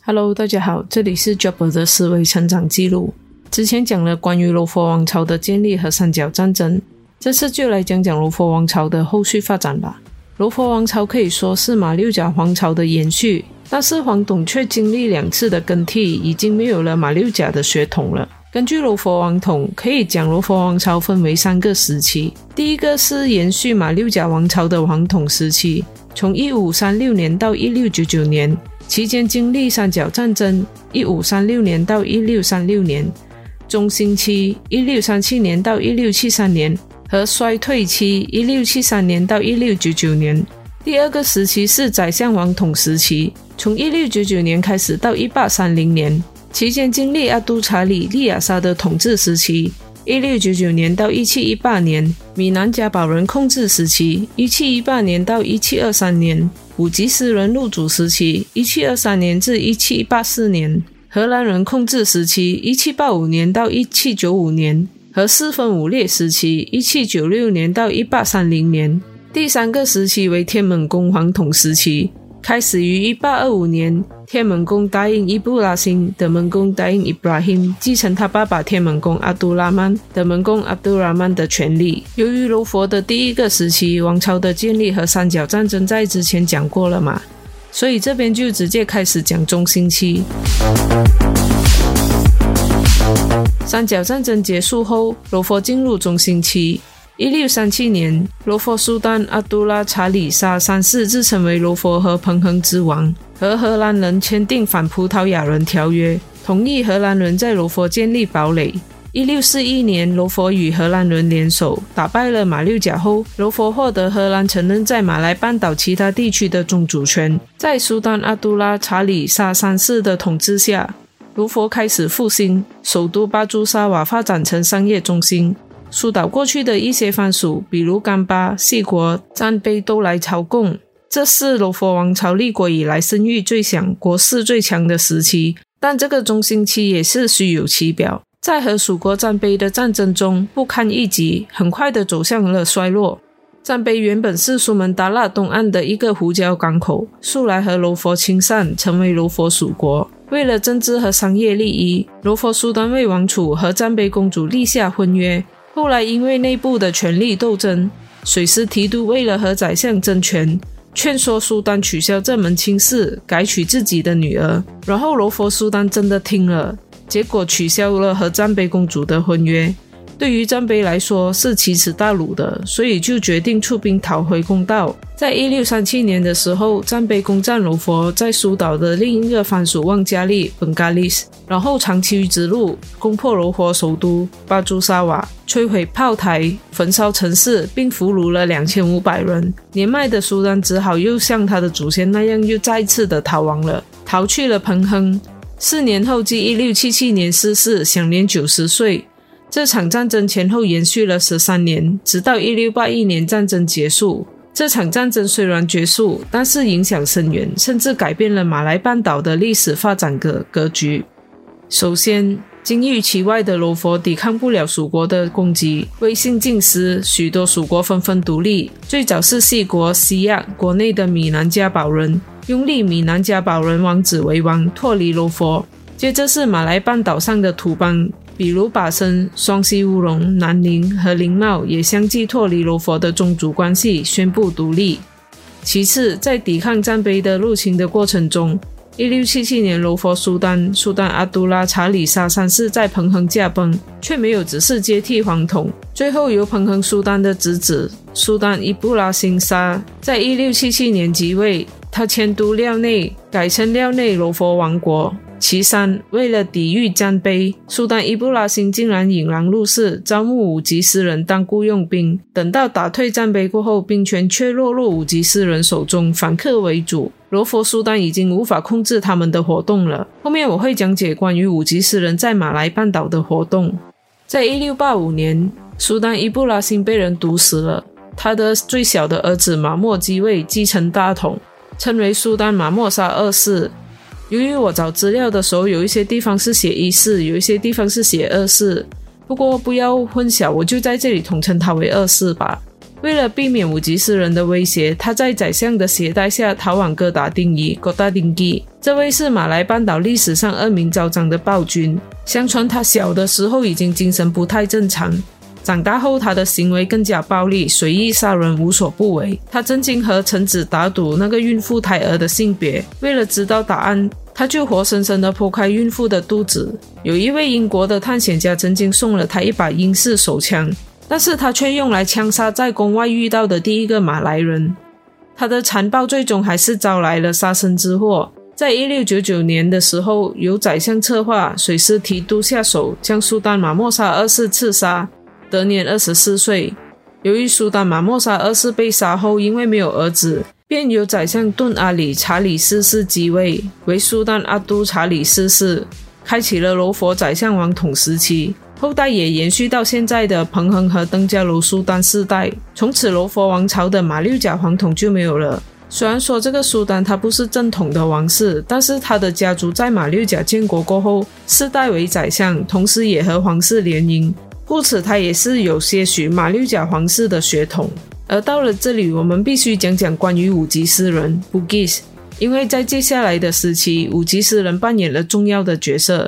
Hello， 大家好，这里是 Jobber 的思维成长记录。之前讲了关于柔佛王朝的建立和三角战争，这次就来讲讲柔佛王朝的后续发展吧。柔佛王朝可以说是马六甲皇朝的延续，但是黄董却经历2次的更替，已经没有了马六甲的血统了。根据柔佛王统，可以将柔佛王朝分为3个时期。第一个是延续马六甲王朝的黄统时期，从1536年到1699年，期间经历三角战争1536年到1636年，中兴期1637年到1673年和衰退期1673年到1699年。第二个时期是宰相王统时期，从1699年开始到1830年，期间经历阿都查理利亚沙的统治时期1699年到1718年，米南加堡人控制时期1718年到1723年，武吉斯人入主时期1723年至1784年，荷兰人控制时期1785年到1795年和四分五裂时期1796年到1830年。第3个时期为天门宫皇统时期，开始于1825年，天门宫答应伊布拉辛，德门宫答应伊布拉辛继承他爸爸天门宫阿杜拉曼，德门宫阿杜拉曼的权利。由于柔佛的第1个时期王朝的建立和三角战争在之前讲过了嘛，所以这边就直接开始讲中兴期。三角战争结束后，柔佛进入中兴期。1637年，柔佛苏丹阿都拉查理沙3世自称为柔佛和彭亨之王，和荷兰人签订反葡萄牙人条约，同意荷兰人在柔佛建立堡垒。1641年，柔佛与荷兰人联手打败了马六甲后，柔佛获得荷兰承认在马来半岛其他地区的宗主权。在苏丹阿都拉查理沙3世的统治下，柔佛开始复兴，首都巴珠沙瓦发展成商业中心。疏导过去的一些藩属，比如甘巴、细国、占卑都来朝贡。这是柔佛王朝立国以来声誉最响、国势最强的时期，但这个中兴期也是虚有其表，在和属国占卑的战争中不堪一击，很快的走向了衰落。占卑原本是苏门答腊东岸的一个胡椒港口，素来和柔佛亲善，成为柔佛属国。为了政治和商业利益，柔佛苏丹为王储和占卑公主立下婚约。后来因为内部的权力斗争，水师提督为了和宰相争权，劝说苏丹取消这门亲事，改娶自己的女儿。然后柔佛苏丹真的听了，结果取消了和占卑公主的婚约。对于占卑来说是奇耻大辱的，所以就决定出兵讨回公道。在1637年的时候，占卑攻占柔佛在苏岛的另一个藩属旺加利本嘎利斯，然后长驱直入，攻破柔佛首都巴珠沙瓦，摧毁炮台，焚烧城市，并俘虏了2500人。年迈的苏丹只好又像他的祖先那样又再次的逃亡了，逃去了彭亨。4年后即1677年逝世，享年90岁。这场战争前后延续了13年，直到1681年战争结束。这场战争虽然结束，但是影响深远，甚至改变了马来半岛的历史发展格局。首先，金玉其外的柔佛抵抗不了蜀国的攻击，威信尽失，许多蜀国纷纷独立。最早是细国西亚国内的米南加堡人，拥立米南加堡人王子为王，脱离柔佛。接着是马来半岛上的土邦，比如巴生、双溪乌龙、南宁和林茂也相继脱离柔佛的宗主关系，宣布独立。其次，在抵抗占卑的入侵的过程中，1677年柔佛苏丹阿都拉查理沙3世在彭亨驾崩，却没有只是接替皇统，最后由彭亨苏丹的侄子苏丹伊布拉辛沙在1677年即位，他迁都廖内，改称廖内柔佛王国。其3，为了抵御占卑，苏丹伊布拉辛竟然引狼入室，招募武吉斯人当雇佣兵。等到打退占卑过后，兵权却落入武吉斯人手中，反客为主。柔佛苏丹已经无法控制他们的活动了。后面我会讲解关于武吉斯人在马来半岛的活动。在1685年，苏丹伊布拉辛被人毒死了，他的最小的儿子马莫继位，继承大统，称为苏丹马莫沙2世。由于我找资料的时候有一些地方是写1世，有一些地方是写2世，不过不要混淆，我就在这里统称它为2世吧。 为了避免武吉斯人的威胁，他在宰相的携带下逃往哥打丁伊 Kota Tinggi。 这位是马来半岛历史上恶名昭彰的暴君，相传他小的时候已经精神不太正常，长大后他的行为更加暴力，随意杀人，无所不为。他曾经和臣子打赌那个孕妇胎儿的性别，为了知道答案，他就活生生地剖开孕妇的肚子。有一位英国的探险家曾经送了他一把英式手枪，但是他却用来枪杀在宫外遇到的第一个马来人。他的残暴最终还是招来了杀身之祸。在1699年的时候，由宰相策划，水师提督下手，将苏丹马莫沙二世刺杀，得年24岁。由于苏丹马莫沙二世被杀后，因为没有儿子，便由宰相顿阿里查理四世继位，为苏丹阿都查理四世，开启了柔佛宰相王统时期。后代也延续到现在的彭亨和登嘉楼苏丹世代，从此柔佛王朝的马六甲皇统就没有了。虽然说这个苏丹他不是正统的王室，但是他的家族在马六甲建国过后世代为宰相，同时也和皇室联姻，故此他也是有些许马六甲皇室的血统。而到了这里，我们必须讲讲关于武吉斯人 Bugis， 因为在接下来的时期，武吉斯人扮演了重要的角色。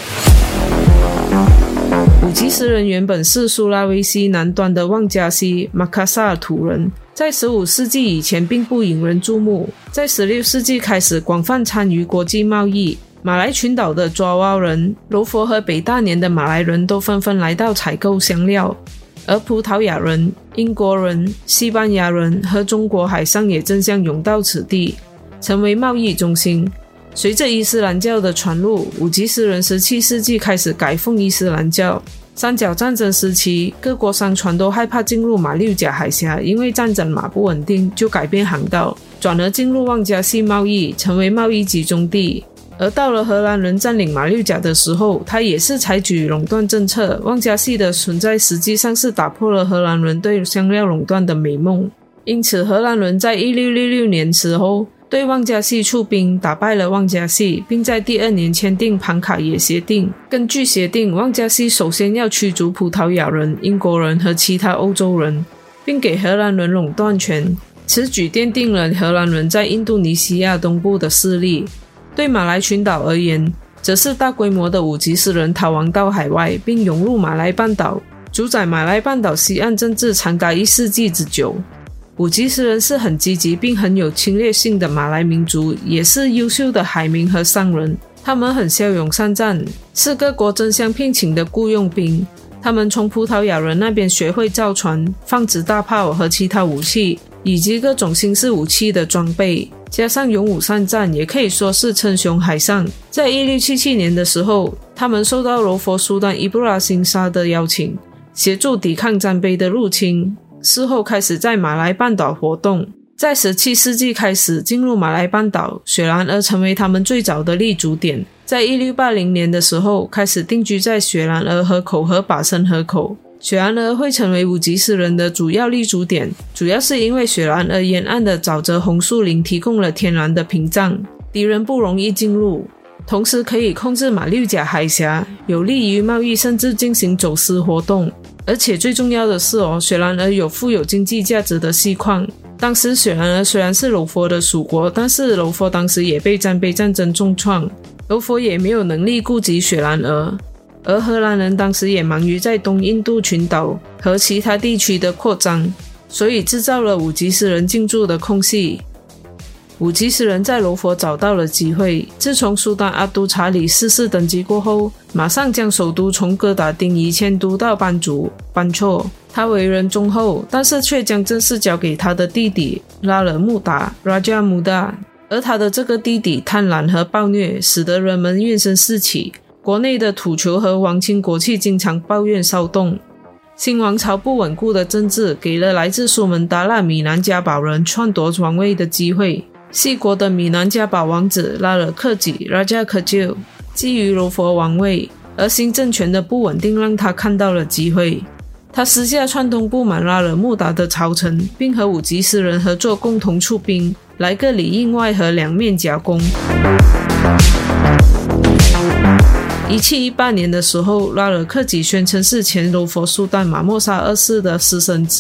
武吉斯人原本是苏拉威西南端的旺加西马卡萨尔土人，在15世纪以前并不引人注目，在16世纪开始广泛参与国际贸易。马来群岛的爪哇人、柔佛和北大年的马来人都纷纷来到采购香料，而葡萄牙人、英国人、西班牙人和中国海商也争相涌到此地，成为贸易中心。随着伊斯兰教的传入，武吉斯人17世纪开始改奉伊斯兰教。三角战争时期，各国商船都害怕进入马六甲海峡，因为战争马不稳定，就改变航道，转而进入旺加西贸易，成为贸易集中地。而到了荷兰人占领马六甲的时候，他也是采取垄断政策。旺加西的存在实际上是打破了荷兰人对香料垄断的美梦，因此荷兰人在1666年时候对旺加西出兵，打败了旺加西，并在第2年签订庞卡耶协定。根据协定，旺加西首先要驱逐葡萄牙人、英国人和其他欧洲人，并给荷兰人垄断权。此举奠定了荷兰人在印度尼西亚东部的势力。对马来群岛而言，则是大规模的武吉斯人逃亡到海外，并涌入马来半岛，主宰马来半岛西岸政治长达1世纪之久。武吉斯人是很积极并很有侵略性的马来民族，也是优秀的海民和商人。他们很骁勇善战，是各国争相聘请的雇佣兵。他们从葡萄牙人那边学会造船、放置大炮和其他武器，以及各种新式武器的装备，加上勇武善战，也可以说是称雄海上。在1677年的时候，他们受到柔佛苏丹伊布拉辛沙的邀请，协助抵抗占贝的入侵，事后开始在马来半岛活动。在17世纪开始进入马来半岛，雪兰莪成为他们最早的立足点。在1680年的时候，开始定居在雪兰莪河口和巴生河口。雪兰莪会成为武吉斯人的主要立足点，主要是因为雪兰莪沿岸的沼泽红树林提供了天然的屏障，敌人不容易进入，同时可以控制马六甲海峡，有利于贸易甚至进行走私活动。而且最重要的是雪兰莪有富有经济价值的锡矿。当时雪兰莪虽然是柔佛的属国，但是柔佛当时也被占贝战争重创，柔佛也没有能力顾及雪兰莪。而荷兰人当时也忙于在东印度群岛和其他地区的扩张，所以制造了武吉斯人进驻的空隙。武吉斯人在柔佛找到了机会，自从苏丹阿都查理四世登基过后，马上将首都从哥打丁伊迁都到班族班措。他为人忠厚，但是却将政事交给他的弟弟拉尔穆达 Raja Muda， 而他的这个弟弟贪婪和暴虐，使得人们怨声四起。国内的土酋和皇亲国戚经常抱怨骚动。新王朝不稳固的政治给了来自苏门答腊米南加堡人篡夺王位的机会。西国的米南加堡王子拉尔克吉 Raja Kecil 觊觎柔佛王位，而新政权的不稳定让他看到了机会。他私下串通不满拉尔穆达的朝臣，并和武吉斯人合作，共同出兵，来个里应外合，两面夹攻。1718年的时候，拉尔克吉宣称是前柔佛苏丹马莫沙二世的私生子，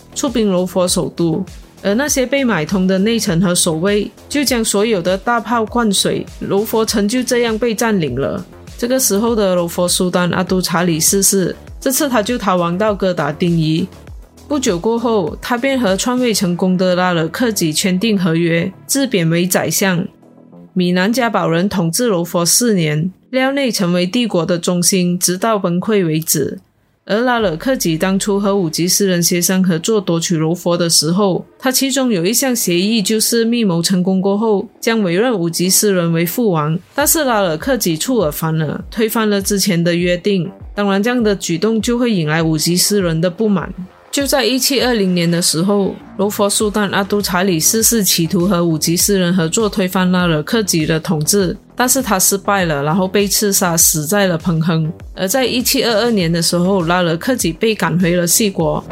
出兵柔佛首都，而那些被买通的内臣和守卫就将所有的大炮灌水，柔佛城就这样被占领了。这个时候的柔佛苏丹阿都查理四世，这次他就逃亡到哥打丁伊。不久过后，他便和篡位成功的拉尔克吉签订合约，自贬为宰相。米南加堡人统治柔佛4年，廖内成为帝国的中心，直到崩溃为止。而拉尔克吉当初和武吉斯人协商合作夺取柔佛的时候，他其中有一项协议，就是密谋成功过后将委任武吉斯人为副王，但是拉尔克吉触耳烦了，推翻了之前的约定。当然这样的举动就会引来武吉斯人的不满。就在1720年的时候，柔佛苏丹阿都查理四世企图和武吉斯人合作推翻拉尔克吉的统治，但是他失败了，然后被刺杀，死在了彭亨。而在1722年的时候，拉尔克吉被赶回了西国。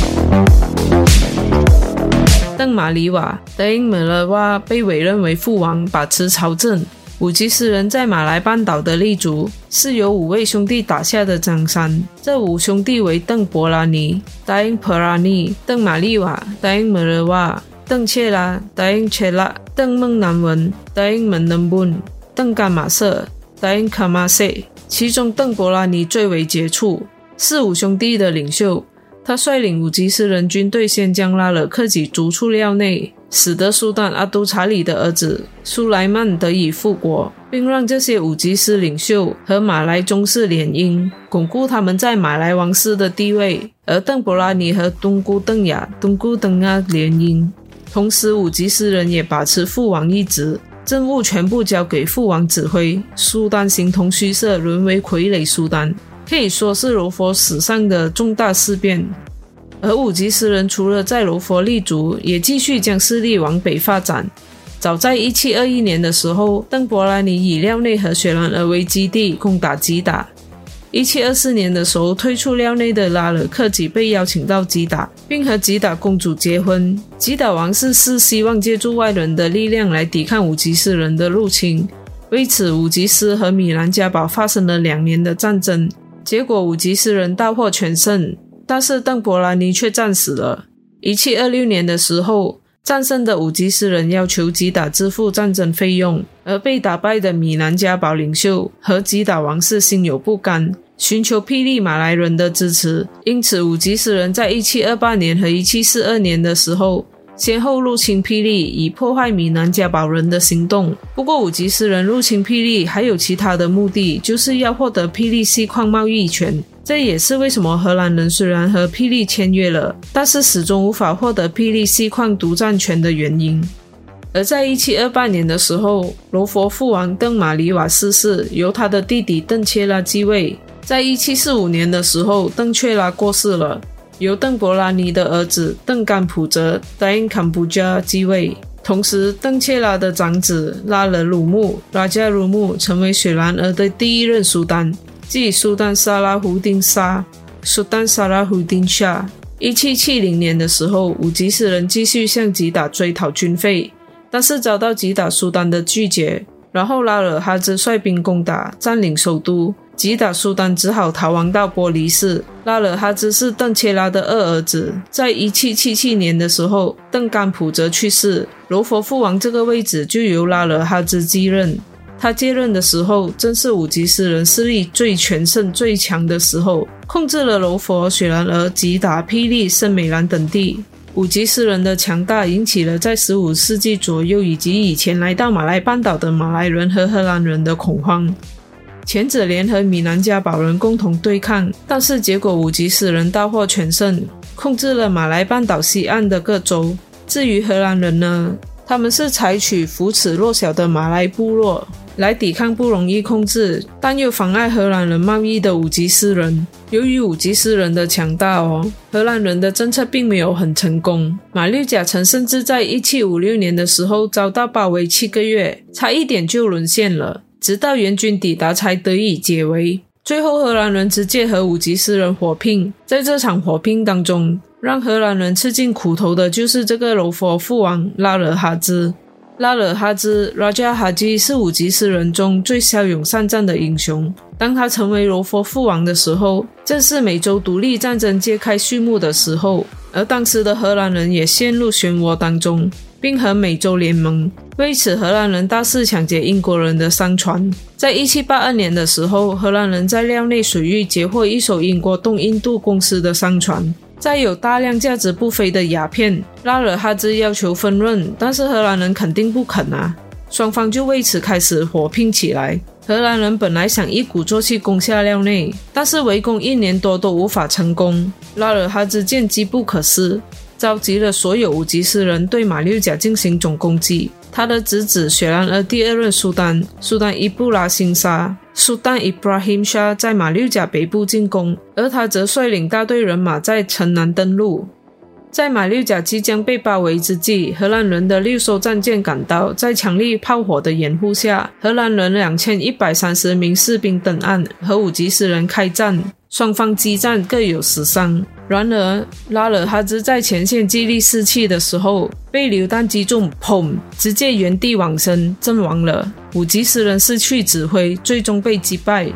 邓马里瓦德因梅勒瓦被委任为副王，把持朝政。武吉斯人在马来半岛的立足是由5位兄弟打下的江山，这5兄弟为邓伯拉尼、达因普拉尼、邓马利瓦、达因梅勒瓦、邓切拉、达因切拉、邓孟南文、达因门能本、邓干马瑟、达因卡马塞。其中邓伯拉尼最为杰出，是5兄弟的领袖。他率领武吉斯人军队先将拉尔克吉逐出廖内，使得苏丹阿都查理的儿子苏莱曼得以复国，并让这些武吉斯领袖和马来宗室联姻，巩固他们在马来王室的地位。而邓伯拉尼和东姑邓雅、东姑邓阿联姻，同时武吉斯人也把持父王一职，政务全部交给父王指挥，苏丹形同虚设，沦为傀儡苏丹，可以说是柔佛史上的重大事变。而武吉斯人除了在柔佛立足，也继续将势力往北发展。早在1721年的时候，邓伯拉尼以廖内和雪兰莪为基地攻打吉打。1724年的时候，退出廖内的拉尔克吉被邀请到吉打，并和吉打公主结婚。吉打王室是希望借助外人的力量来抵抗武吉斯人的入侵，为此武吉斯和米兰加堡发生了2年的战争，结果武吉斯人大获全胜，但是邓伯拉尼却战死了。1726年的时候，战胜的武吉斯人要求吉打支付战争费用，而被打败的米兰加堡领袖和吉打王室心有不甘，寻求霹雳马来人的支持，因此武吉斯人在1728年和1742年的时候先后入侵霹雳，以破坏米兰加堡人的行动。不过武吉斯人入侵霹雳还有其他的目的，就是要获得霹雳锡矿贸易权。这也是为什么荷兰人虽然和霹雳签约了，但是始终无法获得霹雳锡矿独占权的原因。而在1728年的时候，柔佛父王邓马里瓦逝世，由他的弟弟邓切拉继位。在1745年的时候，邓切拉过世了，由邓伯拉尼的儿子邓甘普泽达因坎布加继位。同时邓切拉的长子拉尔鲁木拉加鲁木成为雪兰莪的第1任苏丹，即苏丹沙拉胡丁沙 Sultan Salahuddin Shah。 1770年的时候，武吉斯人继续向吉打追讨军费，但是遭到吉打苏丹的拒绝，然后拉尔哈兹率兵攻打，占领首都，吉打苏丹只好逃亡到波黎市。拉尔哈兹是邓切拉的2儿子。在1777年的时候，邓甘普泽去世，柔佛父王这个位置就由拉尔哈兹继任。他接任的时候，正是武吉斯人势力最全盛最强的时候，控制了柔佛、雪兰莪、吉打、霹雳、圣美兰等地。武吉斯人的强大引起了在15世纪左右以及以前来到马来半岛的马来人和荷兰人的恐慌。前者联合米南加堡人共同对抗，但是结果武吉斯人大获全胜，控制了马来半岛西岸的各州。至于荷兰人呢，他们是采取扶持弱小的马来部落来抵抗不容易控制但又妨碍荷兰人贸易的武吉斯人。由于武吉斯人的强大荷兰人的政策并没有很成功。马六甲城甚至在1756年的时候遭到包围7个月，差一点就沦陷了，直到援军抵达才得以解围。最后荷兰人直接和武吉斯人火拼，在这场火拼当中，让荷兰人吃尽苦头的就是这个柔佛父王拉尔哈兹。拉尔哈兹 Raja Haji 是武吉斯人中最骁勇善战的英雄。当他成为柔佛父王的时候，正是美洲独立战争揭开序幕的时候。 而当时的荷兰人也陷入漩涡当中，并和美洲联盟。为此，荷兰人大肆抢劫英国人的商船。在1782年的时候，荷兰人在廖内水域截获一艘英国东印度公司的商船，载有大量价值不菲的鸦片。拉尔哈兹要求分润，但是荷兰人肯定不肯啊，双方就为此开始火拼起来。荷兰人本来想一鼓作气攻下廖内，但是围攻1年多都无法成功。拉尔哈兹见机不可失，召集了所有乌吉斯人对马六甲进行总攻击。他的侄子雪兰莪第2任苏丹伊布拉辛沙Ibrahim Shah 在马六甲北部进攻，而他则率领大队人马在城南登陆。在马六甲即将被包围之际，荷兰人的6艘战舰赶到，在强力炮火的掩护下，荷兰人2130名士兵登岸，和乌吉斯人开战，双方激战各有10伤。然而，拉尔哈兹在前线激励士气的时候，被榴弹击中，砰，直接原地往生，阵亡了。乌吉斯人失去指挥，最终被击败。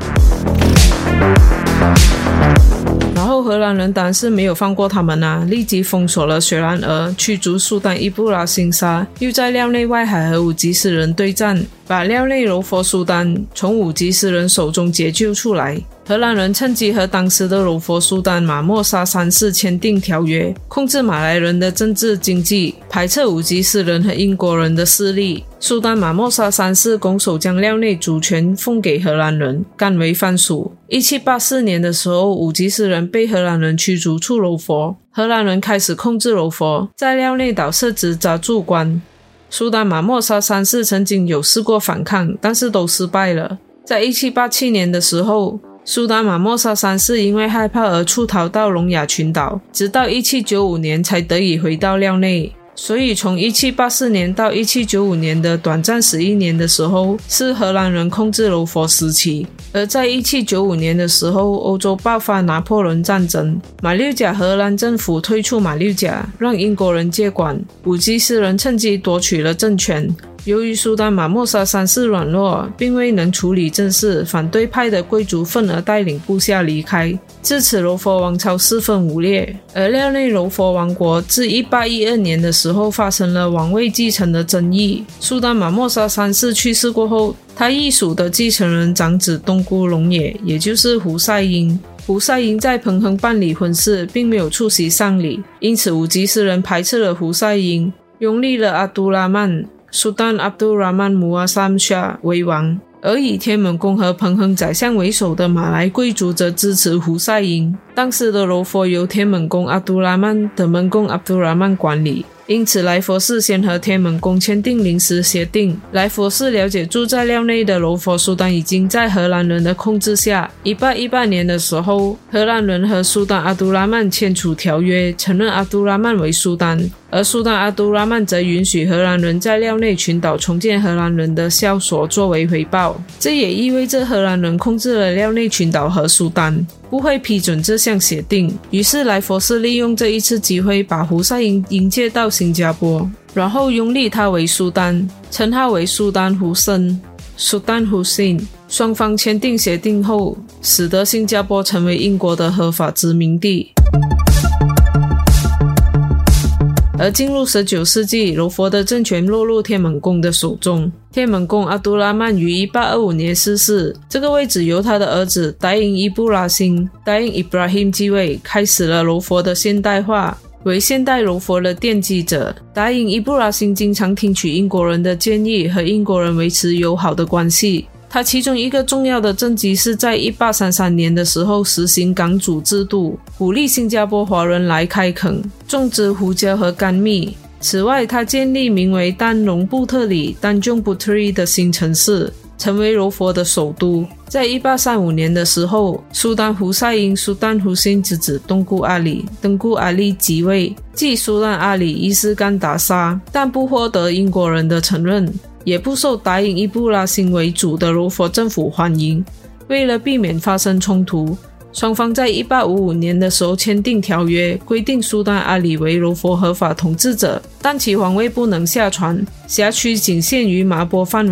然后荷兰人当然是没有放过他们啊，立即封锁了雪兰莪，驱逐苏丹伊布拉辛沙，又在廖内外海和乌吉斯人对战，把廖内柔佛苏丹从乌吉斯人手中解救出来。荷兰人趁机和当时的柔佛苏丹马莫沙三世签订条约，控制马来人的政治经济，排斥乌吉斯人和英国人的势力。苏丹马莫沙三世拱手将廖内主权奉给荷兰人，甘为藩属。1784年的时候，乌吉斯人被荷兰人驱逐出柔佛，荷兰人开始控制柔佛，在廖内岛设置扎驻官。苏丹马莫沙三世曾经有试过反抗，但是都失败了。在1787年的时候，苏丹马莫沙三世因为害怕而出逃到聋哑群岛，直到1795年才得以回到廖内。所以从1784年到1795年的短暂11年的时候，是荷兰人控制柔佛时期。而在1795年的时候，欧洲爆发拿破仑战争，马六甲荷兰政府退出马六甲，让英国人接管，乌吉斯人趁机夺取了政权。由于苏丹马莫沙三世软弱，并未能处理政事，反对派的贵族愤而带领部下离开，自此柔佛王朝四分五裂。而廖内柔佛王国自1812年的时候发生了王位继承的争议。苏丹马莫沙三世去世过后，他裔属的继承人长子东姑隆也，也就是胡塞英。胡塞英在彭亨办理婚事，并没有出席丧礼，因此乌吉斯人排斥了胡塞英，拥立了阿都拉曼苏丹阿卜杜拉曼穆阿萨姆沙为王，而以天门公和彭亨宰相为首的马来贵族则支持胡塞英。当时的柔佛由天门公阿卜杜拉曼的门公阿卜杜拉曼管理，因此来佛士先和天门公签订临时协定。来佛士了解住在廖内的柔佛苏丹已经在荷兰人的控制下。1818年的时候，荷兰人和苏丹阿都拉曼签署条约，承认阿都拉曼为苏丹，而苏丹阿都拉曼则允许荷兰人在廖内群岛重建荷兰人的校所作为回报。这也意味着荷兰人控制了廖内群岛和苏丹，不会批准这项协定。于是来佛士利用这一次机会，把胡塞英迎接到新加坡，然后拥立他为苏丹，称他为苏丹胡森 Sultan Hussein。 双方签订协定后，使得新加坡成为英国的合法殖民地。而进入19世纪，柔佛的政权落入天门公的手中。天门公阿都拉曼于1825年逝世，这个位置由他的儿子达英伊布拉辛 Ibrahim 继位，开始了柔佛的现代化，为现代柔佛的奠基者。达英伊布拉辛经常听取英国人的建议，和英国人维持友好的关系。他其中一个重要的政绩是在1833年的时候实行港主制度，鼓励新加坡华人来开垦，种植胡椒和甘蜜。此外，他建立名为丹隆布特里 Tanjung Puteri 的新城市，成为柔佛的首都。在1835年的时候，苏丹胡塞因苏丹胡辛之子东姑阿里即位，继苏丹阿里伊斯干达沙，但不获得英国人的承认，也不受达英伊布拉辛为主的柔佛政府欢迎。为了避免发生冲突，双方在1855年的时候签订条约，规定苏丹阿里为柔佛合法统治者，但其皇位不能下传，辖区仅限于麻波范围。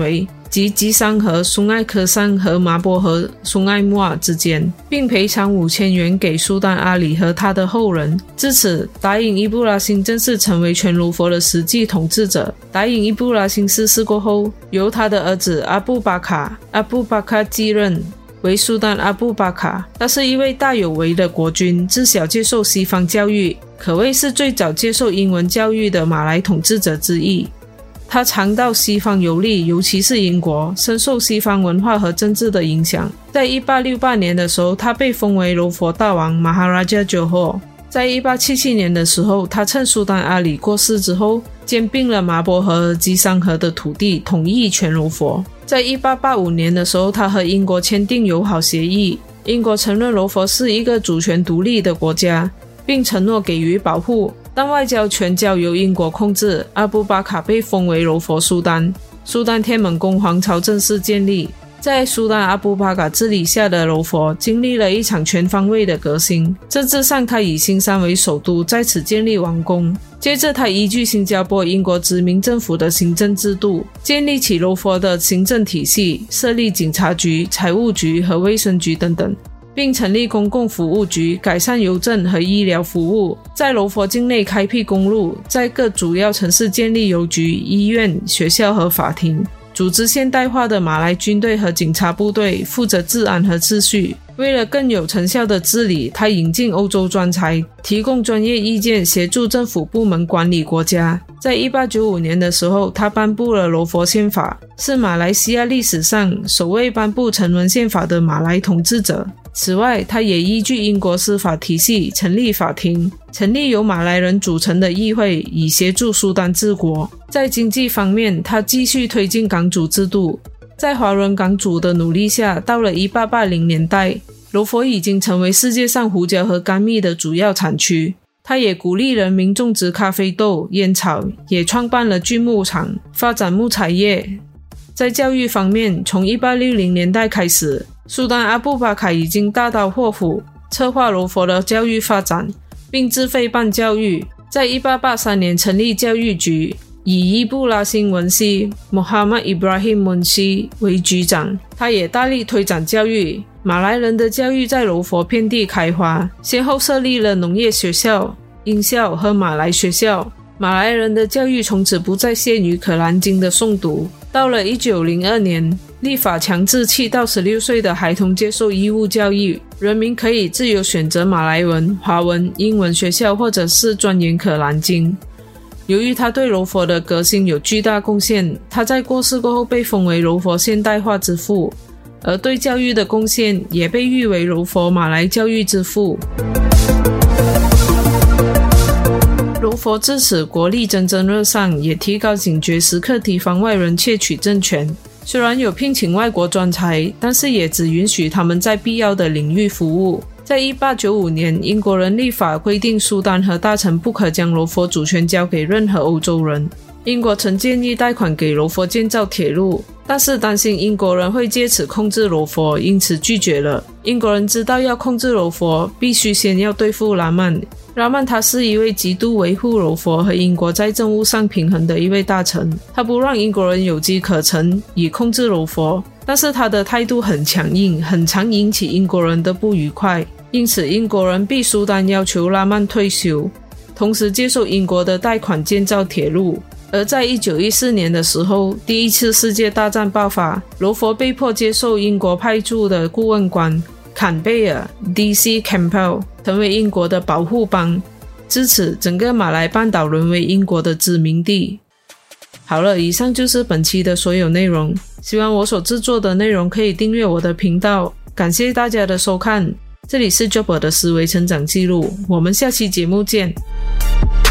及吉桑河、苏艾克桑和麻波河、苏艾穆尔之间，并赔偿5000元给苏丹阿里和他的后人。至此，达颖伊布拉欣正式成为全罗佛的实际统治者。达颖伊布拉欣逝世过后，由他的儿子阿布巴卡继任为苏丹阿布巴卡。他是一位大有为的国君，自小接受西方教育，可谓是最早接受英文教育的马来统治者之一。他常到西方游历，尤其是英国，深受西方文化和政治的影响。在1868年的时候，他被封为柔佛大王马哈拉加九霍。在1877年的时候，他趁苏丹阿里过世之后，兼并了麻波河和吉桑河的土地，统一全柔佛。在1885年的时候，他和英国签订友好协议，英国承认柔佛是一个主权独立的国家，并承诺给予保护，但外交权交由英国控制。阿布巴卡被封为柔佛苏丹，苏丹天门宫皇朝正式建立。在苏丹阿布巴卡治理下的柔佛经历了一场全方位的革新。政治上，他以新山为首都，在此建立王宫。接着，他依据新加坡英国殖民政府的行政制度，建立起柔佛的行政体系，设立警察局、财务局和卫生局等等，并成立公共服务局，改善邮政和医疗服务。在柔佛境内开辟公路，在各主要城市建立邮局、医院、学校和法庭，组织现代化的马来军队和警察部队，负责治安和秩序。为了更有成效的治理，他引进欧洲专才，提供专业意见，协助政府部门管理国家。在1895年的时候，他颁布了柔佛宪法，是马来西亚历史上首位颁布成文宪法的马来统治者。此外，他也依据英国司法体系成立法庭，成立由马来人组成的议会，以协助苏丹治国。在经济方面，他继续推进港主制度。在华人港主的努力下，到了1880年代，柔佛已经成为世界上胡椒和甘蜜的主要产区。他也鼓励人民种植咖啡豆、烟草，也创办了锯木厂，发展木材业。在教育方面，从1860年代开始，苏丹阿布巴卡已经大刀阔斧策划柔佛的教育发展，并自费办教育。在1883年成立教育局，以伊布拉欣文西 Muhammad Ibrahim Munshi 为局长。他也大力推展教育，马来人的教育在柔佛遍地开花，先后设立了农业学校、英校和马来学校。马来人的教育从此不再限于可兰经的诵读。到了1902年，立法强制7到16岁的孩童接受义务教育，人民可以自由选择马来文、华文、英文学校，或者是钻研可兰经。由于他对柔佛的革新有巨大贡献，他在过世过后被封为柔佛现代化之父，而对教育的贡献也被誉为柔佛马来教育之父。柔佛自此国力蒸蒸日上，也提高警觉，时刻提防外人窃取政权。虽然有聘请外国专才，但是也只允许他们在必要的领域服务。在1895年，英国人立法规定苏丹和大臣不可将柔佛主权交给任何欧洲人。英国曾建议贷款给柔佛建造铁路，但是担心英国人会借此控制柔佛，因此拒绝了。英国人知道要控制柔佛，必须先要对付拉曼。拉曼他是一位极度维护柔佛和英国在政务上平衡的一位大臣，他不让英国人有机可乘以控制柔佛，但是他的态度很强硬，很常引起英国人的不愉快。因此英国人逼苏丹要求拉曼退休，同时接受英国的贷款建造铁路。而在1914年的时候，第一次世界大战爆发，柔佛被迫接受英国派驻的顾问官坎贝尔 D.C. Campbell 成为英国的保护帮，至此整个马来半岛沦为英国的殖民地。好了，以上就是本期的所有内容，希望我所制作的内容可以订阅我的频道，感谢大家的收看。这里是 Jobber 的思维成长记录，我们下期节目见。